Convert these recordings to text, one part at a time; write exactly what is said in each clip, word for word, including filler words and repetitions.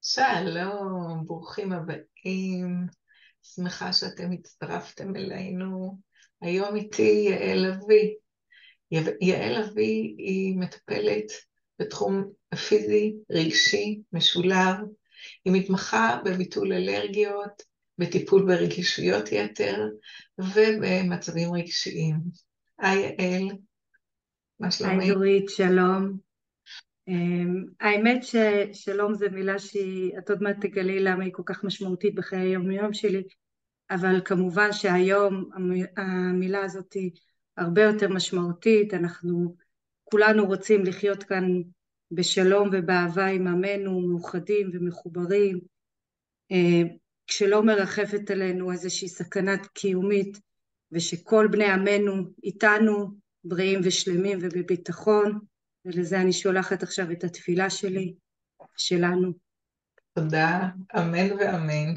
שלום, ברוכים הבאים. שמחה שאתם הצטרפתם אלינו. היום איתי יעל אבי. יעל אבי היא מטפלת בתחום פיזי, רגשי, משולב. היא מתמחה בביטול אלרגיות, בטיפול ברגישויות יתר ובמצבים רגשיים. היי יעל, מה היי שלומך? דורית, שלום. אמ, האמת ששלום זה מילה שהיא, את עוד מעט תגלי למה היא כל כך משמעותית בחיי היום יום שלי, אבל כמובן שהיום המ- המילה הזאת היא הרבה יותר משמעותית. אנחנו כולנו רוצים לחיות כאן בשלום ובאהבה עם עמנו, מאוחדים ומחוברים, אה, כשלא מרחפת עלינו איזושהי סכנת קיומית, ושכל בני עמנו איתנו בריאים ושלמים ובביטחון. ולזה אני שולחת עכשיו את התפילה שלי, שלנו. תודה, אמן ואמן.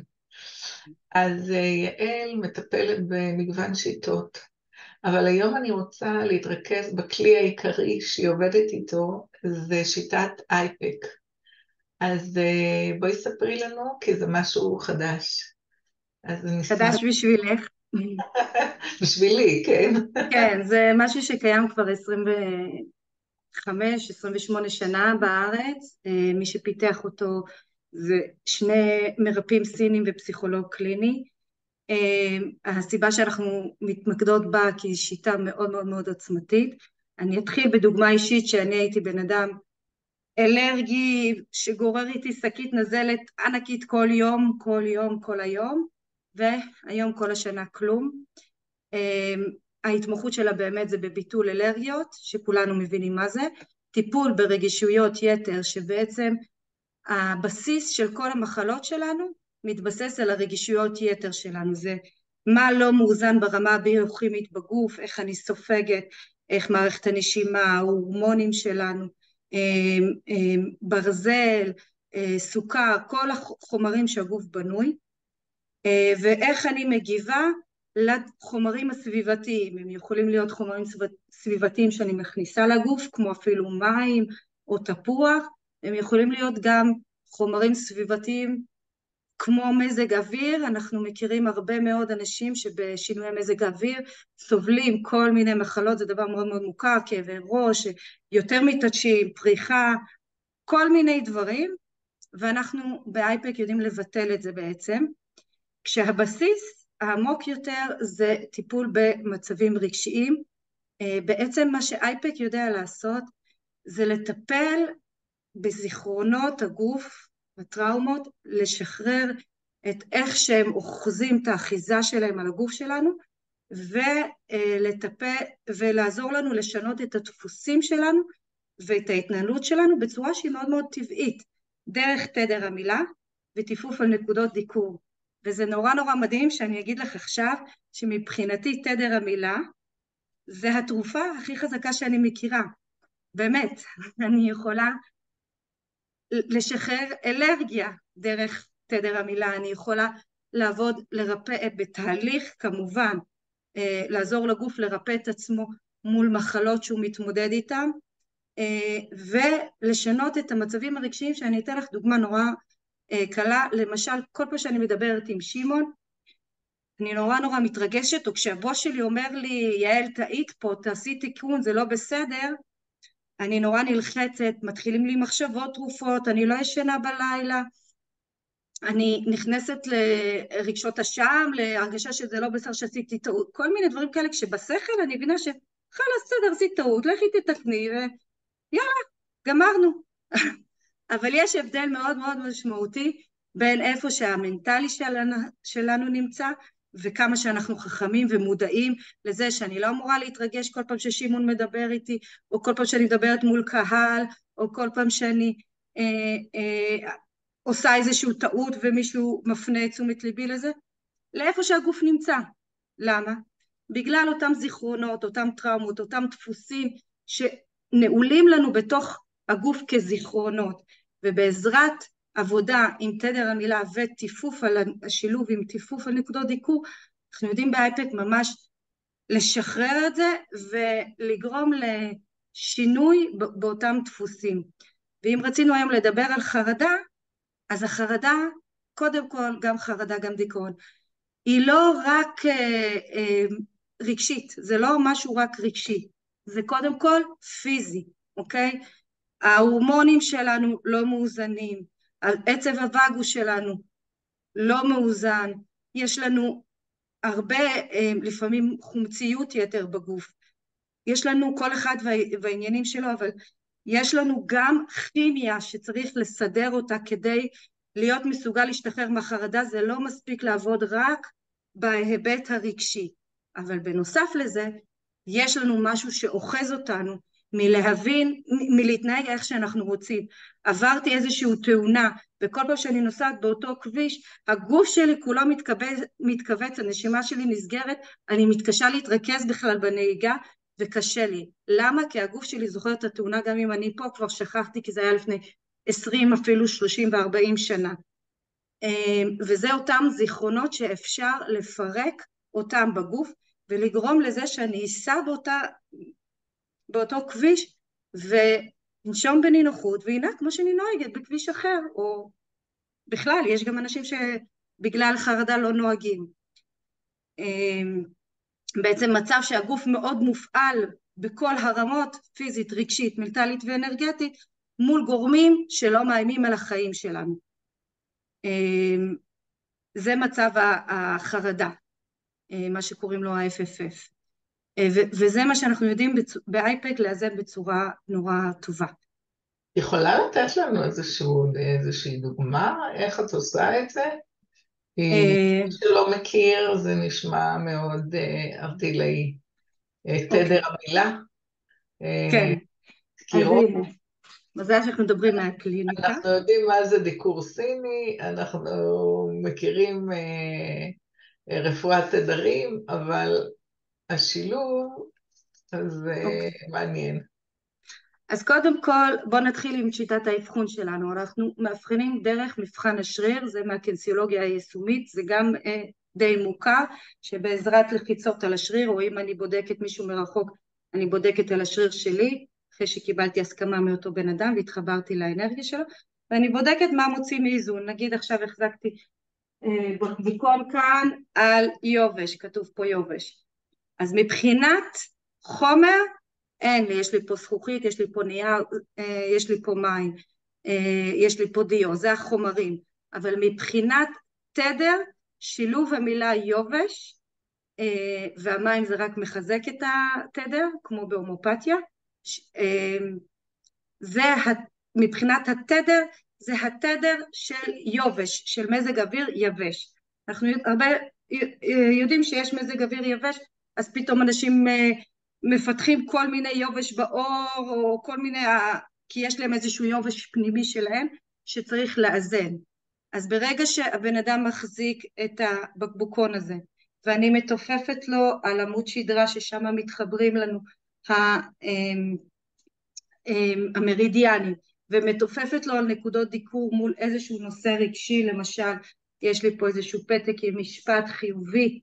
אז אה, יעל מטפלת במגוון שיטות, אבל היום אני רוצה להתרכז בכלי העיקרי שהיא עובדת איתו, זה שיטת אייפק. אז אה, בואי ספרי לנו, כי זה משהו חדש. אז אני אשמח. חדש בשבילך. בשבילי, כן. כן, זה משהו שקיים כבר עשרים וחמש עשרים ושמונה שנה בארץ. אה, מי שפיתח אותו זה שני מרפאים סינים ופסיכולוג קליני. אה, הסיבה שאנחנו מתמקדות בה כי היא שיטה מאוד מאוד מאוד עוצמתית. אני אתחיל בדוגמה אישית, שאני הייתי בן אדם אלרגי שגורר איתי שקית נזלת ענקית כל יום, כל יום, כל היום, והיום כל השנה כלום. אמ, ההתמחות שלה באמת זה בביטול אלרגיות, שכולנו מבינים מה זה, טיפול ברגישויות יתר, שבעצם הבסיס של כל המחלות שלנו מתבסס על הרגישויות יתר שלנו. זה מה לא מאוזן ברמה הביוכימית בגוף, איך אני סופגת, איך מערכת הנשימה, ההורמונים שלנו, אמ, אמ, ברזל, אה, סוכר, כל החומרים שהגוף בנוי, אה, ואיך אני מגיבה לחומרים הסביבתיים. הם יכולים להיות חומרים סביבתיים שאני מכניסה לגוף, כמו אפילו מים או תפוח. הם יכולים להיות גם חומרים סביבתיים כמו מזג אוויר. אנחנו מכירים הרבה מאוד אנשים שבשינוי מזג האוויר סובלים כל מיני מחלות, זה דבר מאוד מאוד מוכר, כאבי ראש, יותר מתעדשים, פריחה, כל מיני דברים, ואנחנו באייפק יודעים לבטל את זה בעצם, כשהבסיס העמוק יותר זה טיפול במצבים רגשיים. בעצם מה שאייפק יודע לעשות זה לטפל בזיכרונות הגוף, הטראומות, לשחרר את איך שהם אוחזים את האחיזה שלהם על הגוף שלנו, ולטפל ולעזור לנו לשנות את הדפוסים שלנו ואת ההתנהלות שלנו בצורה שהיא מאוד מאוד טבעית, דרך תדר המילה וטיפוף על נקודות דיקור. וזה נורא נורא מדהים שאני אגיד לך עכשיו שמבחינתי תדר המילה זה התרופה הכי חזקה שאני מכירה. באמת, אני יכולה לשחרר אלרגיה דרך תדר המילה, אני יכולה לעבוד, לרפא בתהליך, כמובן, לעזור לגוף לרפא את עצמו מול מחלות שהוא מתמודד איתם, ולשנות את המצבים הרגשיים. שאני אתן לך דוגמה נורא קלה, למשל כל פעם שאני מדברת עם שמעון, אני נורא נורא מתרגשת, או כשהבוס שלי אומר לי, יעל טעית פה, תעשי תיקון, זה לא בסדר, אני נורא נלחצת, מתחילים לי מחשבות תרופות, אני לא ישנה בלילה, אני נכנסת לרגשות אשם, להרגשה שזה לא בסדר שעשיתי טעות, כל מיני דברים כאלה, כשבשכל אני מבינה שחלאס, בסדר, עשית טעות, לכי תתקני, ויאללה, גמרנו. אבל יש הבדל מאוד מאוד משמעותי בין איפה שהמנטלי שלנו, שלנו נמצא, וכמה שאנחנו חכמים ומודעים לזה שאני לא אמורה להתרגש כל פעם ששימון מדבר איתי, או כל פעם שאני מדברת מול קהל, או כל פעם שאני אה, אה, עושה איזשהו טעות ומישהו מפנה את תשומת ליבי לזה, לאיפה שהגוף נמצא. למה? בגלל אותם זיכרונות, אותם טראומות, אותם דפוסים שנעולים לנו בתוך הגוף כזיכרונות, ובעזרת עבודה עם תדר המילה וטיפוף על השילוב עם טיפוף על נקודות דיקור, אנחנו יודעים באייפק ממש לשחרר את זה ולגרום לשינוי באותם דפוסים. ואם רצינו היום לדבר על חרדה, אז החרדה, קודם כל, גם חרדה, גם דיכאון, היא לא רק אה, אה, רגשית, זה לא משהו רק רגשי, זה קודם כל פיזי, אוקיי? ההורמונים שלנו לא מאוזנים, עצב הווגוס שלנו לא מאוזן, יש לנו הרבה, אה, לפעמים חומציות יתר בגוף, יש לנו כל אחד והעניינים שלו, אבל יש לנו גם כימיה שצריך לסדר אותה כדי להיות מסוגל להשתחרר מהחרדה, זה לא מספיק לעבוד רק בהיבט הרגשי, אבל בנוסף לזה יש לנו משהו שאוחז אותנו מלהבין, מלהתנהג איך שאנחנו רוצים. עברתי איזושהי תאונה, וכל פעם שאני נוסעת באותו כביש, הגוף שלי כולו מתכווץ, מתכווץ, הנשימה שלי נסגרת, אני מתקשה להתרכז בכלל בנהיגה, וקשה לי. למה? כי הגוף שלי זוכר את התאונה, גם אם אני פה כבר שכחתי, כי זה היה לפני עשרים, אפילו שלושים וארבעים שנה. וזה אותם זיכרונות שאפשר לפרק אותם בגוף, ולגרום לזה שאני אסע באותה, באותו כביש, ונשום בנינוחות, והנה כמו שאני נוהגת בכביש אחר, או בכלל, יש גם אנשים שבגלל חרדה לא נוהגים. בעצם מצב שהגוף מאוד מופעל בכל הרמות, פיזית, רגשית, מנטלית ואנרגטית, מול גורמים שלא מאיימים על החיים שלנו. זה מצב החרדה, מה שקוראים לו ה-אף אף אף. וזה מה שאנחנו יודעים באייפק לאזן בצורה נורא טובה. יכולה לתת לנו איזשהו, איזושהי דוגמה, איך את עושה את זה? מי שלא מכיר, זה נשמע מאוד ארטילאי. תדר המילה? כן, אז הנה, מזל שאנחנו מדברים מהקליניקה. אנחנו יודעים מה זה דיקור סיני, אנחנו מכירים רפואת תדרים, אבל השילוב זה מעניין. אז קודם כל בוא נתחיל עם שיטת האבחון שלנו. אנחנו מאבחנים דרך מבחן השריר, זה מהקינסיולוגיה היישומית, זה גם אה, די מוכר, שבעזרת לחיצות על השריר, או אם אני בודקת מישהו מרחוק, אני בודקת על השריר שלי, אחרי שקיבלתי הסכמה מאותו בן אדם והתחברתי לאנרגיה שלו, ואני בודקת מה מוציא מאיזון. נגיד עכשיו החזקתי אה, בקבוקון כאן על יובש, כתוב פה יובש. אז מבחינת חומר, אין לי, יש לי פה זכוכית, יש לי פה נייר, יש לי פה מים, יש לי פה דיו, זה החומרים. אבל מבחינת תדר, שילוב המילה יובש, והמים זה רק מחזק את התדר, כמו בהומופתיה, זה מבחינת התדר, זה התדר של יובש, של מזג אוויר יבש. אנחנו הרבה יודעים שיש מזג אוויר יבש, אז פתאום אנשים מפתחים כל מיני יובש באור, או כל מיני, כי יש להם איזשהו יובש פנימי שלהם, שצריך לאזן. אז ברגע שהבן אדם מחזיק את הבקבוקון הזה, ואני מתופפת לו על עמוד שדרה, ששם מתחברים לנו המרידיאנים, ומתופפת לו על נקודות דיקור מול איזשהו נושא רגשי, למשל, יש לי פה איזשהו פתק עם משפט חיובי,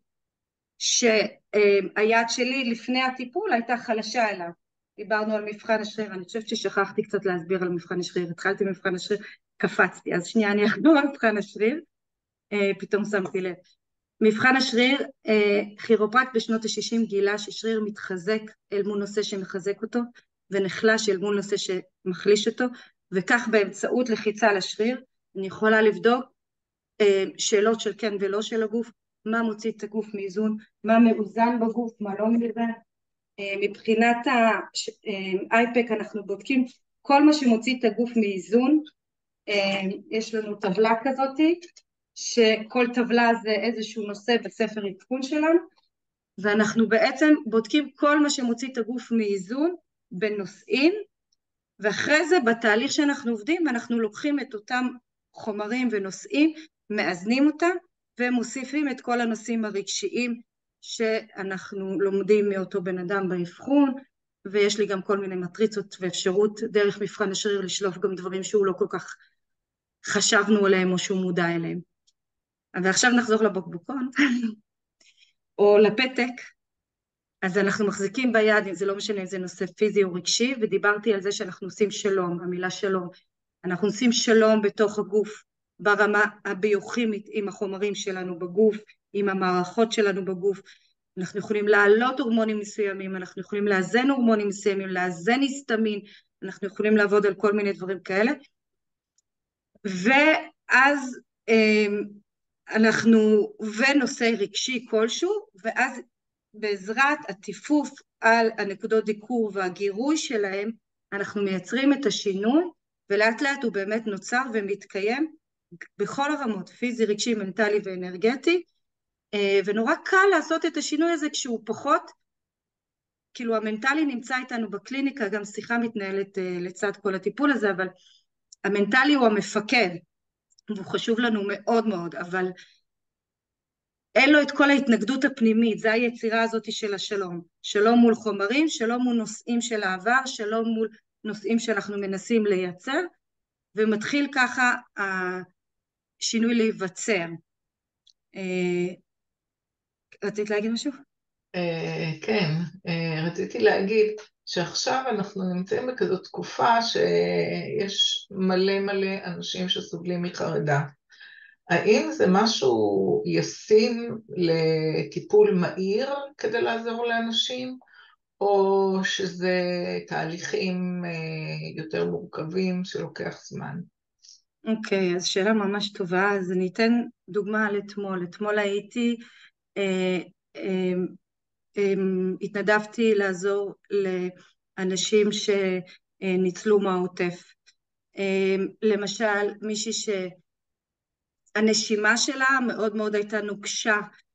שהיד שלי לפני הטיפול הייתה חלשה אליו. דיברנו על מבחן השריר, אני חושבת ששכחתי קצת להסביר על מבחן השריר, התחלתי מבחן השריר, קפצתי, אז שנייה אני אחזור על מבחן השריר, פתאום שמתי לב. מבחן השריר, כירופרקט בשנות ה-שישים גילה ששריר מתחזק אל מול נושא שמחזק אותו, ונחלש אל מול נושא שמחליש אותו, וכך באמצעות לחיצה על השריר, אני יכולה לבדוק שאלות של כן ולא של הגוף, מה מוציא את הגוף מאיזון, מה מאוזן בגוף, מה לא מאוזן. מבחינת האייפק אנחנו בודקים כל מה שמוציא את הגוף מאיזון. יש לנו טבלה כזאת, שכל טבלה זה איזשהו נושא בספר עדכון שלנו, ואנחנו בעצם בודקים כל מה שמוציא את הגוף מאיזון בנושאים, ואחרי זה בתהליך שאנחנו עובדים אנחנו לוקחים את אותם חומרים ונושאים, מאזנים אותם, ומוסיפים את כל הנושאים הרגשיים שאנחנו לומדים מאותו בן אדם באבחון, ויש לי גם כל מיני מטריצות ואפשרות דרך מבחן השריר לשלוף גם דברים שהוא לא כל כך חשבנו עליהם או שהוא מודע אליהם. ועכשיו נחזור לבקבוקון או לפתק. אז אנחנו מחזיקים ביד, אם זה לא משנה אם זה נושא פיזי או רגשי, ודיברתי על זה שאנחנו עושים שלום, המילה שלום, אנחנו עושים שלום בתוך הגוף ברמה הביוכימית עם החומרים שלנו בגוף, עם המערכות שלנו בגוף. אנחנו יכולים להעלות הורמונים מסוימים, אנחנו יכולים לאזן הורמונים מסוימים, לאזן היסטמין, אנחנו יכולים לעבוד על כל מיני דברים כאלה. ואז אנחנו, ונושא רגשי כלשהו, ואז בעזרת הטיפוף על הנקודות דיקור והגירוי שלהם, אנחנו מייצרים את השינוי, ולאט לאט הוא באמת נוצר ומתקיים בכל הרמות, פיזי, רגשי, מנטלי ואנרגטי, ונורא קל לעשות את השינוי הזה כשהוא פחות, כאילו המנטלי נמצא איתנו בקליניקה, גם שיחה מתנהלת לצד כל הטיפול הזה, אבל המנטלי הוא המפקד, והוא חשוב לנו מאוד מאוד, אבל אין לו את כל ההתנגדות הפנימית, זה היצירה הזאת של השלום, שלום מול חומרים, שלום מול נושאים של העבר, שלום מול נושאים שאנחנו מנסים לייצר, ומתחיל ככה השינוי להיווצר. רצית להגיד משהו? כן, רציתי להגיד שעכשיו אנחנו נמצאים בכזאת תקופה שיש מלא מלא אנשים שסובלים מחרדה. האם זה משהו ישים לטיפול מהיר כדי לעזור לאנשים, או שזה תהליכים יותר מורכבים שלוקח זמן? אוקיי, אז שאלה ממש טובה. אז אני אתן דוגמה על אתמול. אתמול הייתי, אה, אה, אה, התנדבתי לעזור לאנשים שניצלו מהעוטף. אה, למשל, מישהי ש... הנשימה שלה מאוד מאוד הייתה נוקשה,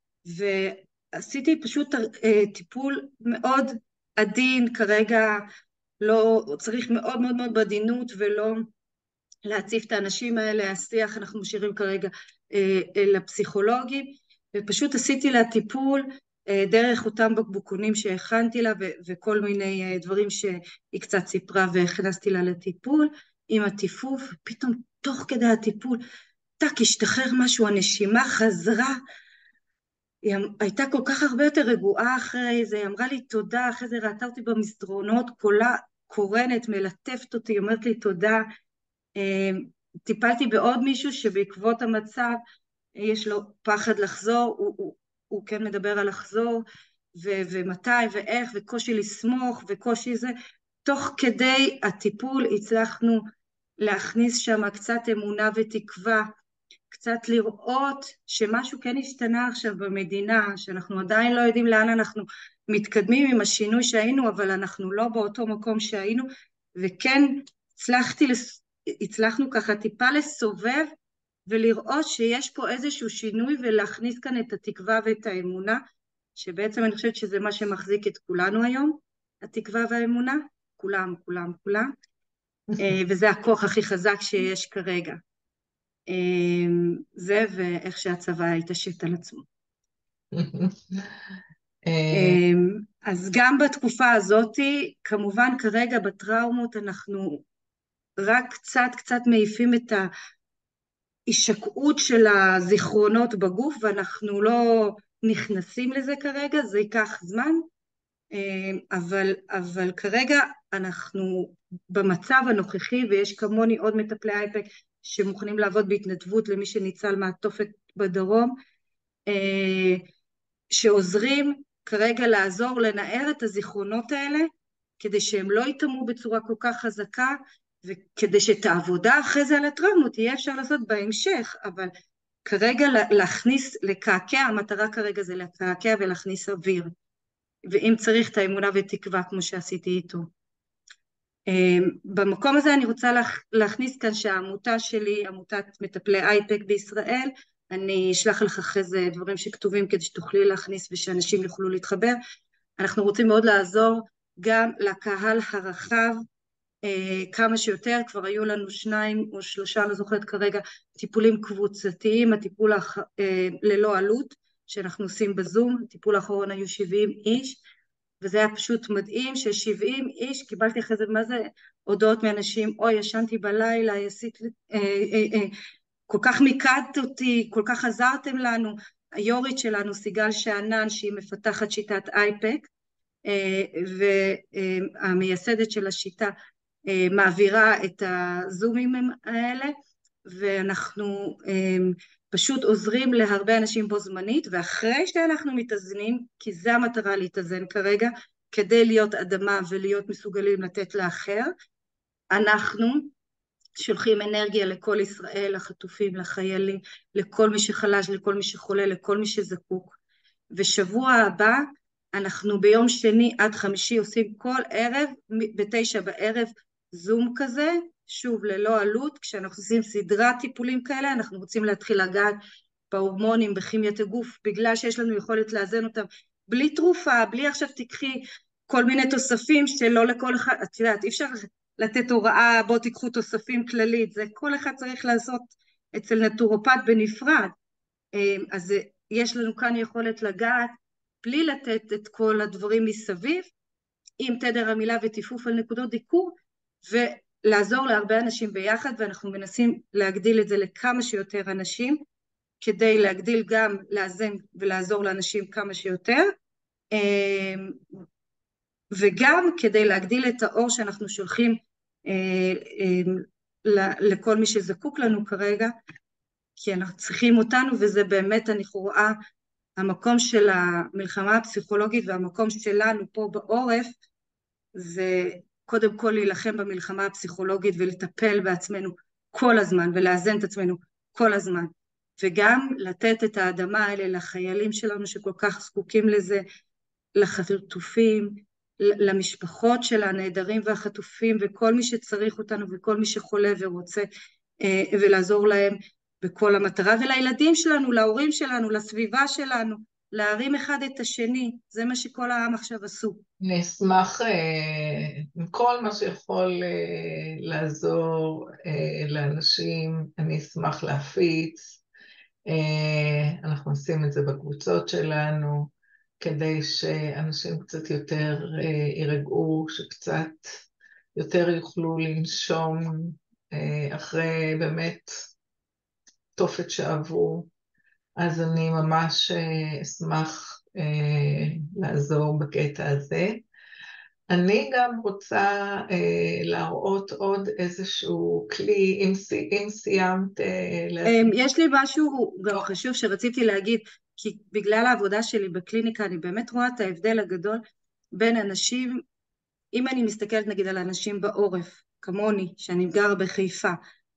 ועשיתי פשוט טיפול מאוד עדין, כרגע לא צריך מאוד מאוד מאוד בעדינות ולא להציף את האנשים האלה, השיח אנחנו משאירים כרגע לפסיכולוגים, ופשוט עשיתי לה טיפול דרך אותם בקבוקונים שהכנתי לה וכל מיני דברים שהיא קצת סיפרה והכנסתי לה לטיפול עם הטיפוף, ופתאום תוך כדי הטיפול טק, השתחרר משהו, הנשימה חזרה, היא הייתה כל כך הרבה יותר רגועה אחרי זה, היא אמרה לי תודה, אחרי זה ראתה אותי במסדרונות, קולה קורנת, מלטפת אותי, היא אומרת לי תודה. טיפלתי בעוד מישהו שבעקבות המצב, יש לו פחד לחזור, הוא, הוא, הוא כן מדבר על לחזור, ו- ומתי ואיך, וקושי לסמוך, וקושי זה, תוך כדי הטיפול הצלחנו להכניס שם קצת אמונה ותקווה, קצת לראות שמשהו כן השתנה עכשיו במדינה, שאנחנו עדיין לא יודעים לאן אנחנו מתקדמים עם השינוי שהיינו, אבל אנחנו לא באותו מקום שהיינו, וכן הצלחתי, הצלחנו ככה טיפה לסובב, ולראות שיש פה איזשהו שינוי, ולהכניס כאן את התקווה ואת האמונה, שבעצם אני חושבת שזה מה שמחזיק את כולנו היום, התקווה והאמונה, כולם, כולם, כולם, וזה הכוח הכי חזק שיש כרגע. זה ואיך שהצבא התעשת על עצמו. אז גם בתקופה הזאת, כמובן כרגע בטראומות אנחנו רק קצת קצת מעיפים את ההישקעות של הזיכרונות בגוף, ואנחנו לא נכנסים לזה כרגע, זה ייקח זמן, אבל, אבל כרגע אנחנו במצב הנוכחי, ויש כמוני עוד מטפלי אייפק שמוכנים לעבוד בהתנדבות למי שניצל מהתופת בדרום, שעוזרים כרגע לעזור לנער את הזיכרונות האלה, כדי שהם לא יתאמו בצורה כל כך חזקה, וכדי שאת העבודה אחרי זה על הטראומות יהיה אפשר לעשות בהמשך, אבל כרגע להכניס, לקעקע, המטרה כרגע זה לקעקע ולהכניס אוויר, ואם צריך את האמונה ותקווה כמו שעשיתי איתו. במקום הזה אני רוצה להכניס כאן שהעמותה שלי, עמותת מטפלי אייפק בישראל, אני אשלח לך אחרי זה דברים שכתובים כדי שתוכלי להכניס ושאנשים יוכלו להתחבר. אנחנו רוצים מאוד לעזור גם לקהל הרחב, כמה שיותר, כבר היו לנו שניים או שלושה, לא זוכרת כרגע, טיפולים קבוצתיים, הטיפול ללא עלות, שאנחנו עושים בזום, הטיפול האחרון היו שבעים איש, וזה היה פשוט מדהים, ש-שבעים איש, קיבלתי אחרי זה, מה זה הודעות מאנשים, אוי, ישנתי בלילה, יסית, אה, אה, אה, כל כך מיקדת אותי, כל כך עזרתם לנו, היורית שלנו, סיגל שענן, שהיא מפתחת שיטת אייפק, אה, והמייסדת של השיטה, מעבירה את הזומים האלה, ואנחנו פשוט עוזרים להרבה אנשים בו זמנית, ואחרי שאנחנו מתאזנים, כי זה המטרה להתאזן כרגע, כדי להיות אדמה ולהיות מסוגלים לתת לאחר, אנחנו שולחים אנרגיה לכל ישראל, לחטופים, לחיילים, לכל מי שחלש, לכל מי שחולה, לכל מי שזקוק. ושבוע הבא אנחנו ביום שני עד חמישי עושים כל ערב, בתשע בערב, זום כזה, שוב ללא עלות, כשאנחנו עושים סדרת טיפולים כאלה, אנחנו רוצים להתחיל לגעת בהורמונים, בכימיית הגוף, בגלל שיש לנו יכולת לאזן אותם, בלי תרופה, בלי עכשיו תקחי כל מיני תוספים שלא לכל אחד, את יודעת, אי אפשר לתת הוראה, בוא תיקחו תוספים כללית, זה כל אחד צריך לעשות אצל נטורופט בנפרד, אז יש לנו כאן יכולת לגעת, בלי לתת את כל הדברים מסביב, עם תדר המילה וטיפוף על נקודות דיקור, ולעזור להרבה אנשים ביחד, ואנחנו מנסים להגדיל את זה לכמה שיותר אנשים, כדי להגדיל גם, לאזן ולעזור לאנשים כמה שיותר, וגם כדי להגדיל את האור שאנחנו שולחים לכל מי שזקוק לנו כרגע, כי אנחנו צריכים אותנו, וזה באמת אני רואה, המקום של המלחמה הפסיכולוגית והמקום שלנו פה בעורף, זה קודם כל להילחם במלחמה הפסיכולוגית ולטפל בעצמנו כל הזמן, ולאזן את עצמנו כל הזמן, וגם לתת את האדמה האלה לחיילים שלנו שכל כך זקוקים לזה, לחטופים, למשפחות של הנעדרים והחטופים, וכל מי שצריך אותנו וכל מי שחולה ורוצה, ולעזור להם בכל המטרה, ולילדים שלנו, להורים שלנו, לסביבה שלנו, להרים אחד את השני, זה מה שכל העם עכשיו עשו. אני אשמח עם כל מה שיכול לעזור לאנשים, אני אשמח להפיץ, אנחנו עושים את זה בקבוצות שלנו, כדי שאנשים קצת יותר ירגעו, שקצת יותר יוכלו לנשום אחרי באמת תופת שעברו, אז אני ממש אשמח לעזור בקטע הזה. אני גם רוצה להראות עוד איזשהו כלי, אם, אם סיימת להסביר. יש לי משהו גם חשוב שרציתי להגיד, כי בגלל העבודה שלי בקליניקה, אני באמת רואה את ההבדל הגדול בין אנשים, אם אני מסתכלת נגיד על אנשים בעורף, כמוני, שאני גר בחיפה,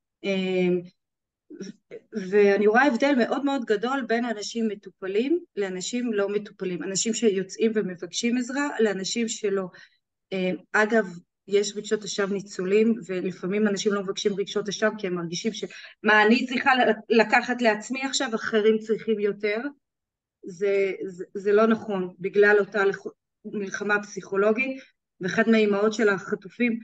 ואני רואה הבדל מאוד מאוד גדול בין אנשים מטופלים לאנשים לא מטופלים, אנשים שיוצאים ומבקשים עזרה לאנשים שלא. אגב, יש רגשות אשם ניצולים, ולפעמים אנשים לא מבקשים רגשות אשם כי הם מרגישים שמה אני צריכה לקחת לעצמי עכשיו, אחרים צריכים יותר. זה, זה, זה לא נכון, בגלל אותה מלחמה פסיכולוגית, ואחת מהאימהות של החטופים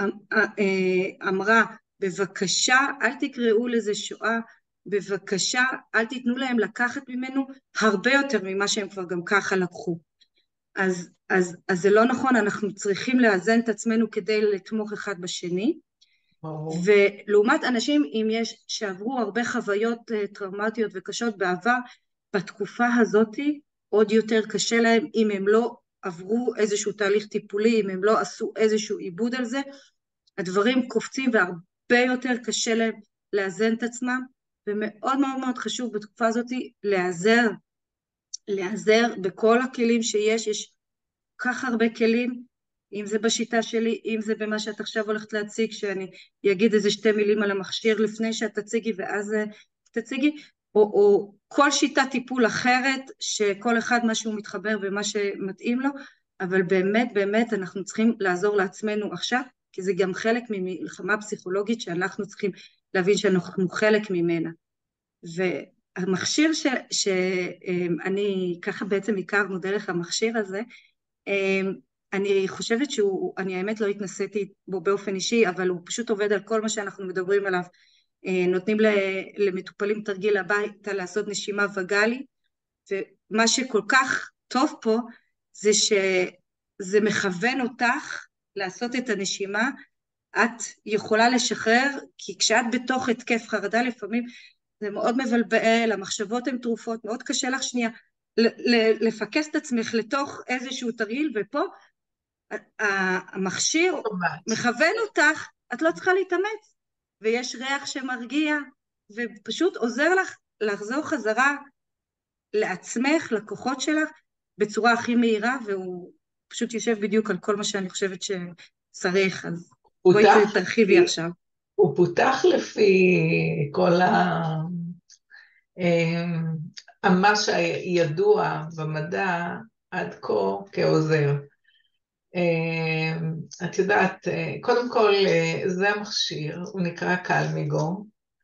אמרה, בבקשה אל תקראו לזה שואה, בבקשה אל תיתנו להם לקחת ממנו הרבה יותר ממה שהם כבר גם ככה לקחו. אז, אז, אז זה לא נכון, אנחנו צריכים לאזן את עצמנו כדי לתמוך אחד בשני, ולעומת אנשים אם יש שעברו הרבה חוויות טראומטיות וקשות בעבר, בתקופה הזאת עוד יותר קשה להם אם הם לא עברו איזשהו תהליך טיפולי, אם הם לא עשו איזשהו עיבוד על זה, הדברים קופצים והרבה יותר קשה להם לאזן את עצמם, ומאוד מאוד מאוד חשוב בתקופה הזאת לעזר, לעזר בכל הכלים שיש, יש כך הרבה כלים, אם זה בשיטה שלי, אם זה במה שאת עכשיו הולכת להציג, שאני אגיד איזה שתי מילים על המכשיר לפני שאת תציגי ואז תציגי, או, או כל שיטת טיפול אחרת, שכל אחד מה שהוא מתחבר ומה שמתאים לו, אבל באמת באמת אנחנו צריכים לעזור לעצמנו עכשיו, כי זה גם חלק ממלחמה פסיכולוגית שאנחנו צריכים להבין שאנחנו חלק ממנה. והמכשיר ש, שאני ככה בעצם הכרנו דרך המכשיר הזה, אני חושבת שהוא, אני האמת לא התנסיתי בו באופן אישי, אבל הוא פשוט עובד על כל מה שאנחנו מדברים עליו. נותנים למטופלים תרגיל הביתה לעשות נשימה וגלי, ומה שכל כך טוב פה זה שזה מכוון אותך לעשות את הנשימה, את יכולה לשחרר, כי כשאת בתוך התקף חרדה לפעמים זה מאוד מבלבל, המחשבות הן תרופות, מאוד קשה לך שנייה לפקס את עצמך לתוך איזשהו תרגיל, ופה המכשיר מכוון אותך, את לא צריכה להתאמץ, ויש ריח שמרגיע, ופשוט עוזר לך לחזור חזרה לעצמך, לכוחות שלך, בצורה הכי מהירה, והוא פשוט יושב בדיוק על כל מה שאני חושבת שצריך, אז בואי פותח תרחיבי לפי, עכשיו. הוא פותח לפי כל ה... אה, מה שידוע במדע עד כה כעוזר. אה, את יודעת, אה, קודם כל אה, זה המכשיר, הוא נקרא קלמיגו,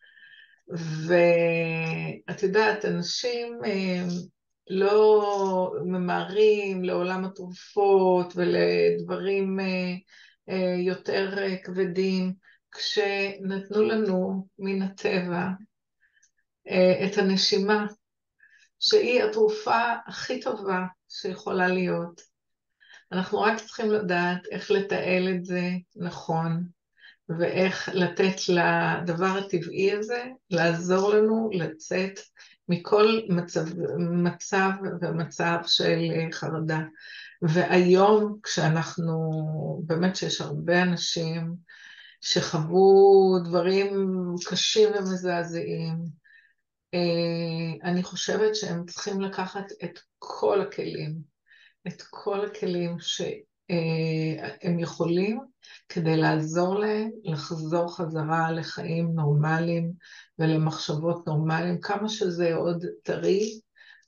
ואת יודעת, אנשים אה, לא ממהרים לעולם התרופות ולדברים אה, אה, יותר אה, כבדים, כשנתנו לנו מן הטבע אה, את הנשימה, שהיא התרופה הכי טובה שיכולה להיות. אנחנו רק צריכים לדעת איך לתעל את זה נכון, ואיך לתת לדבר הטבעי הזה, לעזור לנו לצאת מכל מצב, מצב ומצב של חרדה. והיום כשאנחנו, באמת שיש הרבה אנשים שחוו דברים קשים ומזעזעים, אני חושבת שהם צריכים לקחת את כל הכלים, את כל הכלים שהם יכולים כדי לעזור להם לחזור חזרה לחיים נורמליים ולמחשבות נורמליים, כמה שזה עוד טרי,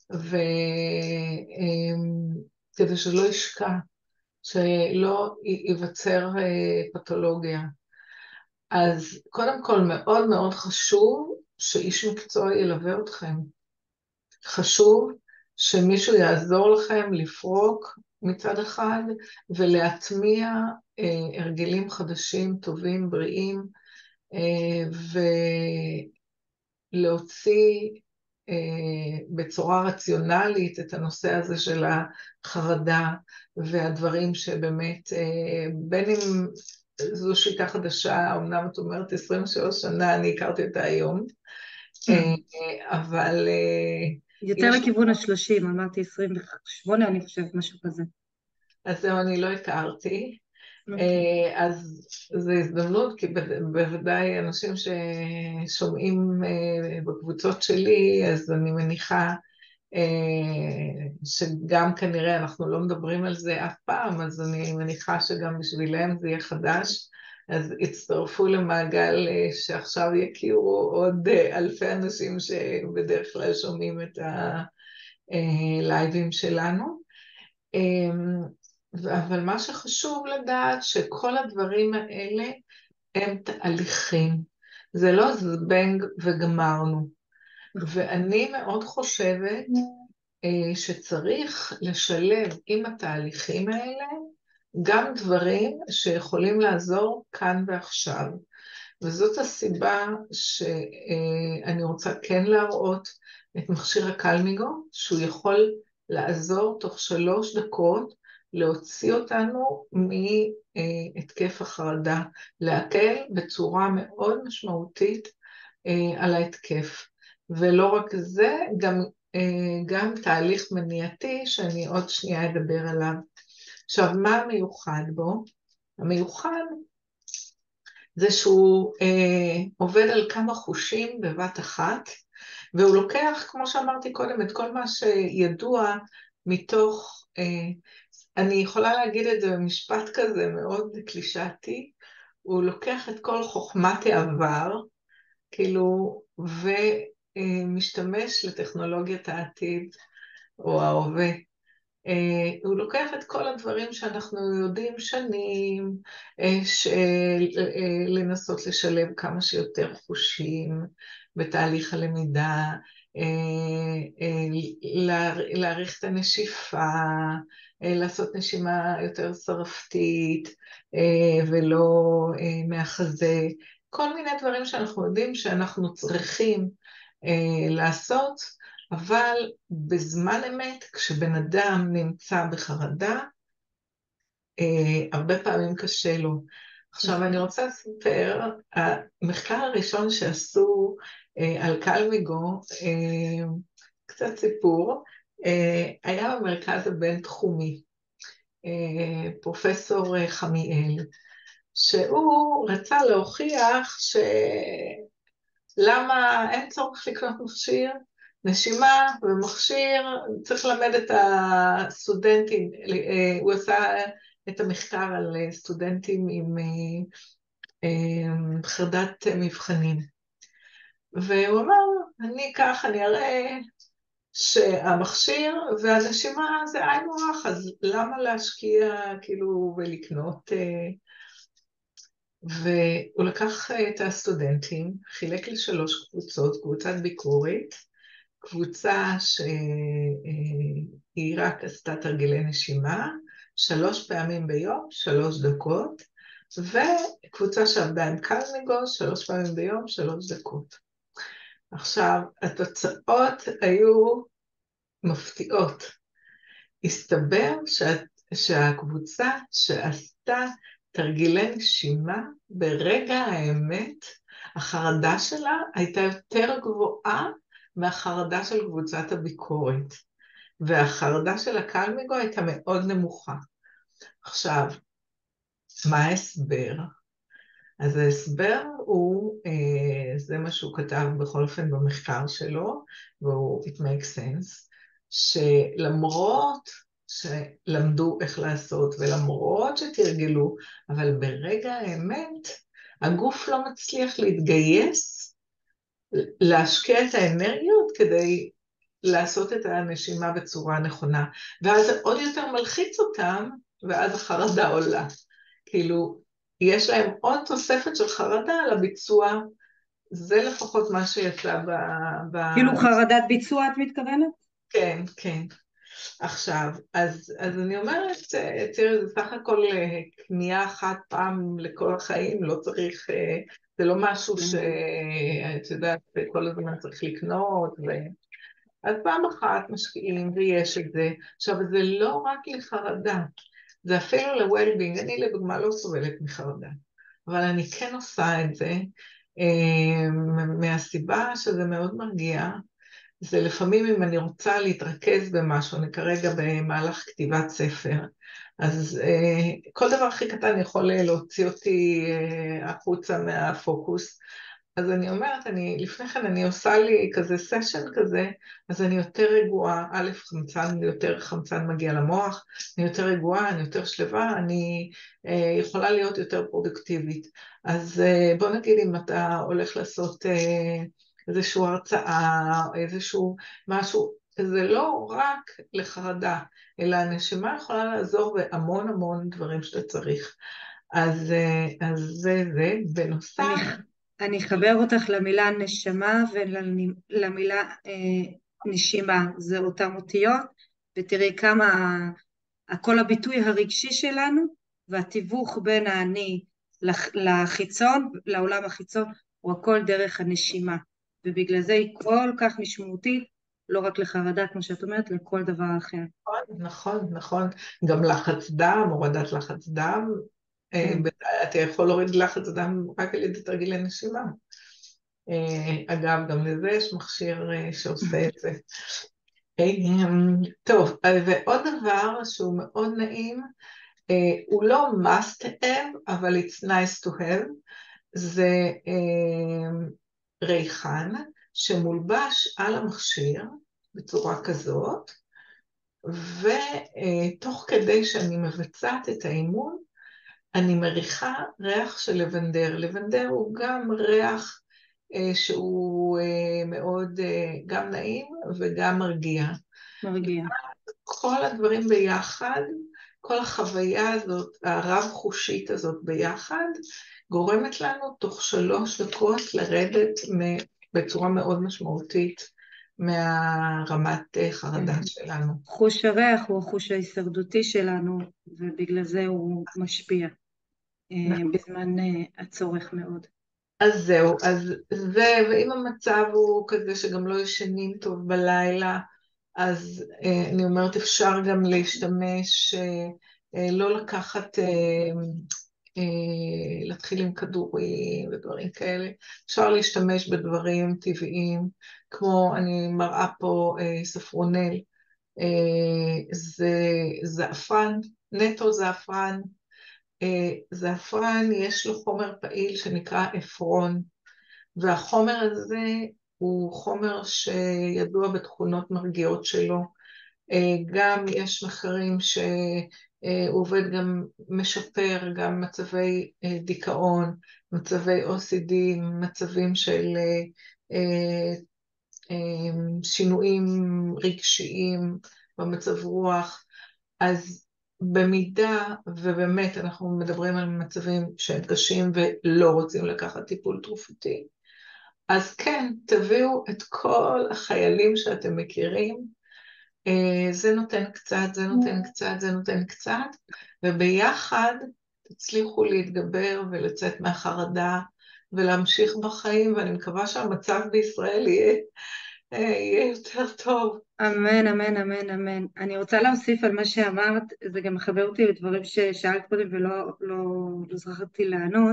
וכדי שלא ישקע, שלא ייווצר פתולוגיה. אז קודם כל מאוד מאוד חשוב שאיש מקצוע ילווה אתכם. חשוב שמישהו יעזור לכם לפרוק מצד אחד ולהטמיע אה, הרגלים חדשים, טובים, בריאים, אה, ולהוציא אה, בצורה רציונלית את הנושא הזה של החרדה והדברים שבאמת, אה, בין אם זו שיטה חדשה, אמנם את אומרת עשרים ושלוש שנה, אני הכרתי אותה היום, אה, אבל אה, יותר יש... לכיוון השלושים, אמרתי עשרים ושמונה, אני חושבת, משהו כזה. אז זהו, אני לא הכרתי. אוקיי. אה, אז זו הזדמנות, כי בוודאי אנשים ששומעים אה, בקבוצות שלי, אז אני מניחה אה, שגם כנראה אנחנו לא מדברים על זה אף פעם, אז אני מניחה שגם בשבילם זה יהיה חדש, אז הצטרפו למעגל אה, שעכשיו יכירו עוד אה, אלפי אנשים שבדרך כלל שומעים את הלייבים שלנו. אמ, אבל מה שחשוב לדעת שכל הדברים האלה הם תהליכים. זה לא זבנג וגמרנו. ואני מאוד חושבת אה, שצריך לשלב עם התהליכים האלה גם דברים שיכולים לעזור כאן ועכשיו. וזאת הסיבה שאני רוצה כן להראות את מכשיר הקלמיגו, שהוא יכול לעזור תוך שלוש דקות להוציא אותנו מהתקף החרדה, להקל בצורה מאוד משמעותית על ההתקף. ולא רק זה, גם, גם תהליך מניעתי שאני עוד שנייה אדבר עליו. עכשיו, מה המיוחד בו? המיוחד זה שהוא אה, עובד על כמה חושים בבת אחת, והוא לוקח, כמו שאמרתי קודם, את כל מה שידוע מתוך, אה, אני יכולה להגיד את זה במשפט כזה מאוד קלישאתי, הוא לוקח את כל חוכמת העבר, כאילו, ומשתמש לטכנולוגיית העתיד או ההווה. הוא לוקח את כל הדברים שאנחנו יודעים שנים, לנסות לשלב כמה שיותר חושים בתהליך הלמידה, להעריך את הנשיפה, לעשות נשימה יותר שרפתית ולא מהחזה, כל מיני דברים שאנחנו יודעים שאנחנו צריכים לעשות, אבל בזמן אמת, כשבן אדם נמצא בחרדה, הרבה פעמים קשה לו. עכשיו אני רוצה לספר, המחקר הראשון שעשו על קלמיגו, קצת סיפור, היה במרכז הבינתחומי, פרופסור חמיאל, שהוא רצה להוכיח שלמה אין צורך לקנות מכשיר, נשימה ומכשיר, צריך ללמד את הסטודנטים, הוא עשה את המחקר על סטודנטים עם חרדת מבחנים. והוא אמר, אני כך, אני אראה שהמכשיר והנשימה זה עין רוח, אז למה להשקיע כאילו ולקנות? והוא לקח את הסטודנטים, חילק לשלוש קבוצות, קבוצת ביקורת, קבוצה שהיא רק עשתה תרגילי נשימה, שלוש פעמים ביום, שלוש דקות, וקבוצה שעבדה עם קלמיגו, שלוש פעמים ביום, שלוש דקות. עכשיו, התוצאות היו מפתיעות. הסתבר שה, שהקבוצה שעשתה תרגילי נשימה, ברגע האמת, החרדה שלה הייתה יותר גבוהה מהחרדה של קבוצת הביקורת, והחרדה של הקלמיגו הייתה מאוד נמוכה. עכשיו, מה ההסבר? אז ההסבר הוא, זה מה שהוא כתב בכל אופן במחקר שלו, והוא it makes sense, שלמרות שלמדו איך לעשות, ולמרות שתרגלו, אבל ברגע האמת, הגוף לא מצליח להתגייס, להשקיע את האנרגיות כדי לעשות את הנשימה בצורה נכונה, ואז זה עוד יותר מלחיץ אותם, ואז החרדה עולה. כאילו, יש להם עוד תוספת של חרדה על הביצוע, זה לפחות מה שיצא ב... ב... כאילו חרדת ביצוע את מתכוונת? כן, כן. עכשיו, אז, אז אני אומרת, תראה, זה סך הכל קנייה אחת פעם לכל החיים, לא צריך, זה לא משהו שאת יודעת, כל הזמן צריך לקנות, ו... אז פעם אחת משקיעים ויש את זה. עכשיו, זה לא רק לחרדה, זה אפילו ל-well-being. אני לדוגמה לא סובלת מחרדה, אבל אני כן עושה את זה, מהסיבה שזה מאוד מרגיע. זה לפעמים אם אני רוצה להתרכז במשהו, אני כרגע במהלך כתיבת ספר, אז כל דבר הכי קטן יכול להוציא אותי החוצה מהפוקוס, אז אני אומרת, אני, לפני כן אני עושה לי כזה סשן כזה, אז אני יותר רגועה, א', חמצן, יותר חמצן מגיע למוח, אני יותר רגועה, אני יותר שלווה, אני אה, יכולה להיות יותר פרודוקטיבית. אז אה, בוא נגיד אם אתה הולך לעשות אה, איזושהי הרצאה, איזשהו משהו, זה לא רק לחרדה, אלא הנשימה יכולה לעזור בהמון המון דברים שאתה צריך. אז, אה, אז זה זה, בנוסף, אני, אני אחבר אותך למילה נשמה ולמילה אה, נשימה, זה אותם אותיות, ותראי כמה כל הביטוי הרגשי שלנו והתיווך בין האני לחיצון, לעולם החיצון, הוא הכל דרך הנשימה, ובגלל זה היא כל כך משמעותית, לא רק לחרדה כמו שאת אומרת, לכל דבר אחר. נכון, נכון, נכון. גם לחץ דם, הורדת לחץ דם, כן. אתה יכול להוריד לחץ דם רק על ידי תרגילי נשימה. אגב, גם לזה יש מכשיר שעושה את זה. טוב, ועוד דבר שהוא מאוד נעים, הוא לא must have, אבל it's nice to have, זה ריחן שמולבש על המכשיר בצורה כזאת, ותוך כדי שאני מבצעת את האימון, אני מריחה ריח של לבנדר. לבנדר הוא גם ריח שהוא מאוד גם נעים וגם מרגיע. מרגיע. כל הדברים ביחד, כל החוויה הזאת, הרב-חושית הזאת ביחד, גורמת לנו תוך שלוש דקות לרדת בצורה מאוד משמעותית מהרמת חרדה שלנו. חוש הריח הוא החוש ההישרדותי שלנו, ובגלל זה הוא משפיע בזמן הצורך מאוד. אז זהו, אז זה, ואם המצב הוא כזה שגם לא ישנים טוב בלילה, אז אני אומרת אפשר גם להשתמש, לא לקחת, להתחיל עם כדורים ודברים כאלה, אפשר להשתמש בדברים טבעיים, כמו אני מראה פה ספרונל, זה זעפרן, נטו זעפרן, זעפרן יש לו חומר פעיל שנקרא אפרון, והחומר הזה הוא חומר שידוע בתכונות מרגיעות שלו. גם יש מחקרים שהוא עובד גם משפר, גם מצבי דיכאון, מצבי או סי די, מצבים של שינויים רגשיים במצב רוח. אז במידה, ובאמת אנחנו מדברים על מצבים שהם קשים ולא רוצים לקחת טיפול תרופתי, אז כן, תביאו את כל החיילים שאתם מכירים, זה נותן קצת, זה נותן קצת, זה נותן קצת, וביחד תצליחו להתגבר ולצאת מהחרדה ולהמשיך בחיים, ואני מקווה שהמצב בישראל יהיה, יהיה יותר טוב. אמן, אמן, אמן, אמן. אני רוצה להוסיף על מה שאמרת, זה גם מחבר אותי לדברים ששאלת קודם ולא לא, לא זכרתי לענות.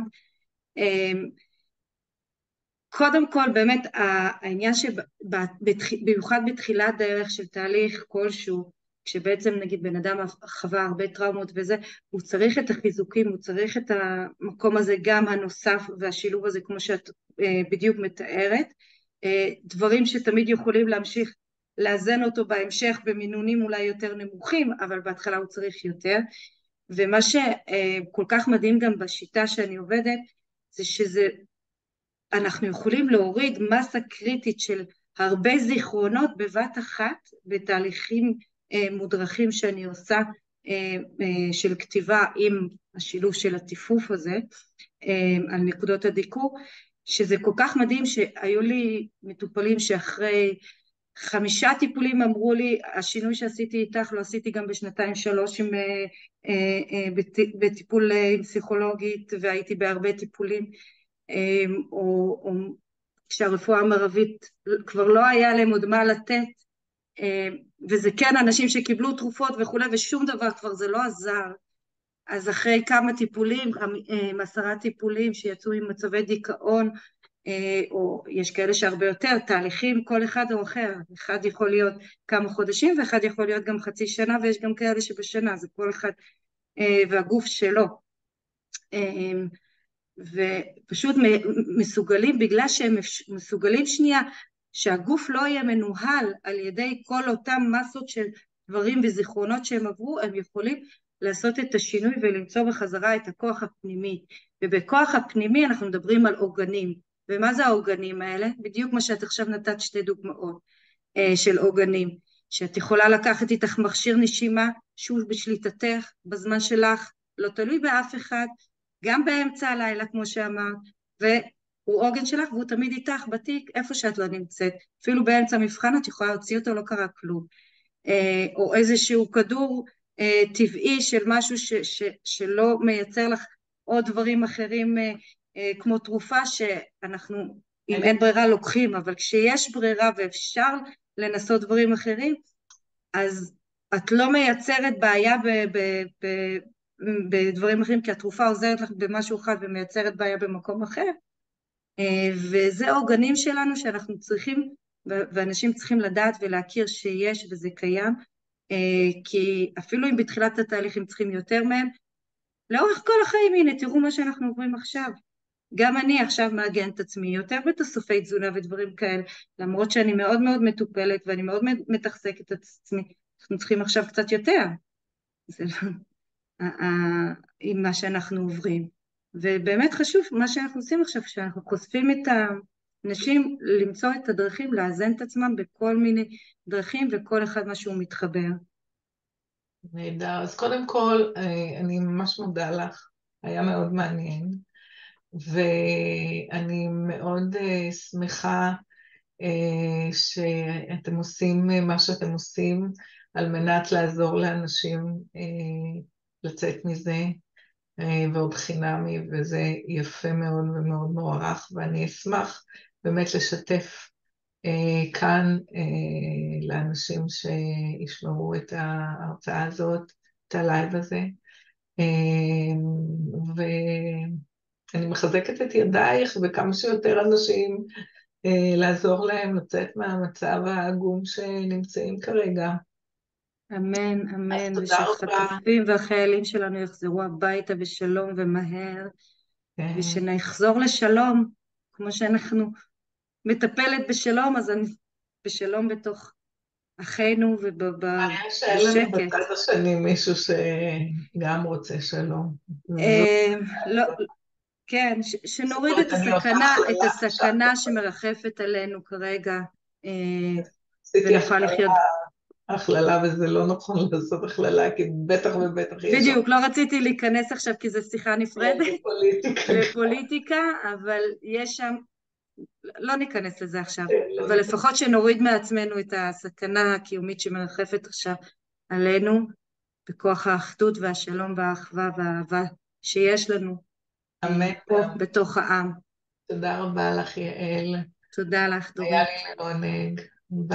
קודם כל, באמת, העניין שבמיוחד בתחילת דרך של תהליך כלשהו, כשבעצם נגיד בן אדם חווה הרבה טראומות וזה, הוא צריך את החיזוקים, הוא צריך את המקום הזה גם הנוסף והשילוב הזה כמו שאת בדיוק מתארת, דברים שתמיד יכולים להמשיך לאזן אותו בהמשך במינונים אולי יותר נמוכים, אבל בהתחלה הוא צריך יותר, ומה שכל כך מדהים גם בשיטה שאני עובדת, זה שזה אנחנו יכולים להוריד מסה קריטית של הרבה זיכרונות בבת אחת, בתהליכים מודרכים שאני עושה של כתיבה עם השילוב של הטיפוף הזה, על נקודות הדיקור, שזה כל כך מדהים שהיו לי מטופלים שאחרי חמישה טיפולים אמרו לי, השינוי שעשיתי איתך לא עשיתי גם בשנתיים שלוש עם, בטיפול עם פסיכולוגית, והייתי בהרבה טיפולים, או, או כשהרפואה המערבית כבר לא היה להם עוד מה לתת, וזה כן אנשים שקיבלו תרופות וכו' ושום דבר כבר זה לא עזר. אז אחרי כמה טיפולים, עשרה טיפולים שיצאו עם מצבי דיכאון, או יש כאלה שהרבה יותר, תהליכים כל אחד או אחר, אחד יכול להיות כמה חודשים ואחד יכול להיות גם חצי שנה, ויש גם כאלה שבשנה, זה כל אחד והגוף שלו. ופשוט מסוגלים, בגלל שהם מסוגלים שנייה, שהגוף לא יהיה מנוהל על ידי כל אותם מסות של דברים וזיכרונות שהם עברו, הם יכולים לעשות את השינוי ולמצוא בחזרה את הכוח הפנימי. ובכוח הפנימי אנחנו מדברים על עוגנים. ומה זה העוגנים האלה? בדיוק מה שאת עכשיו נתת שתי דוגמאות של עוגנים, שאת יכולה לקחת איתך מכשיר נשימה שהוא בשליטתך, בזמן שלך, לא תלוי באף אחד, גם באמצע הלילה כמו שאמרת, והוא עוגן שלך והוא תמיד איתך בתיק איפה שאת לא נמצאת, אפילו באמצע מבחן את יכולה להוציא אותו, לא קרה כלום, או איזשהו כדור טבעי של משהו ש, ש, שלא מייצר לך עוד דברים אחרים כמו תרופה שאנחנו אם אין ברירה לוקחים, אבל כשיש ברירה ואפשר לנסות דברים אחרים, אז את לא מייצרת בעיה ב, ב, ב, בדברים אחרים, כי התרופה עוזרת לך במשהו אחד ומייצרת בעיה במקום אחר, וזה העוגנים שלנו שאנחנו צריכים, ואנשים צריכים לדעת ולהכיר שיש וזה קיים, כי אפילו אם בתחילת התהליך הם צריכים יותר מהם, לאורך כל החיים, הנה תראו מה שאנחנו עוברים עכשיו, גם אני עכשיו מאגן את עצמי יותר בתוספי תזונה ודברים כאלה, למרות שאני מאוד מאוד מטופלת ואני מאוד מתחזקת את עצמי, אנחנו צריכים עכשיו קצת יותר, זה לא... עם מה שאנחנו עוברים, ובאמת חשוב מה שאנחנו עושים עכשיו, שאנחנו חושפים את האנשים למצוא את הדרכים, לאזן את עצמם בכל מיני דרכים, וכל אחד מה שהוא מתחבר. נהדר, אז קודם כל אני ממש מודה לך, היה מאוד מעניין, ואני מאוד שמחה שאתם עושים מה שאתם עושים, על מנת לעזור לאנשים לצאת מזה, ועוד חינמי, וזה יפה מאוד ומאוד מוערך, ואני אשמח באמת לשתף כאן לאנשים שישמעו את ההרצאה הזאת, את הלייב הזה, ואני מחזקת את ידייך וכמה שיותר אנשים לעזור להם לצאת מהמצב העגום שנמצאים כרגע. אמן, אז אמן, תודה רבה. ושהחטופים והחיילים שלנו יחזרו הביתה בשלום ומהר, כן. ושנחזור לשלום, כמו שאנחנו מטפלת בשלום, אז אני בשלום בתוך אחינו מעניין שאין לנו ובשקט. בצד השני מישהו שגם רוצה שלום. זו לא, כן, ש- שנוריד את סיפרת אני אותה הסכנה, את הכללה עכשיו. הסכנה שמרחפת עלינו כרגע, אה, עשיתי ונוכל הכללה, לחיות. הכללה, וזה לא נכון לעשות הכללה, כי בטח ובטח יש בדיוק, לא רציתי להיכנס עכשיו כי זו שיחה נפרדת פוליטיקה. לפוליטיקה, אבל יש שם, לא ניכנס לזה עכשיו, כן, לא אבל ניכנס. לפחות שנוריד מעצמנו את הסכנה הקיומית שמרחפת עכשיו עלינו, בכוח האחדות והשלום והאחווה והאהבה שיש לנו אה, אמן פה ואמן. בתוך העם. תודה רבה לך, יעל. תודה לך, היה דורית. לי לעונג.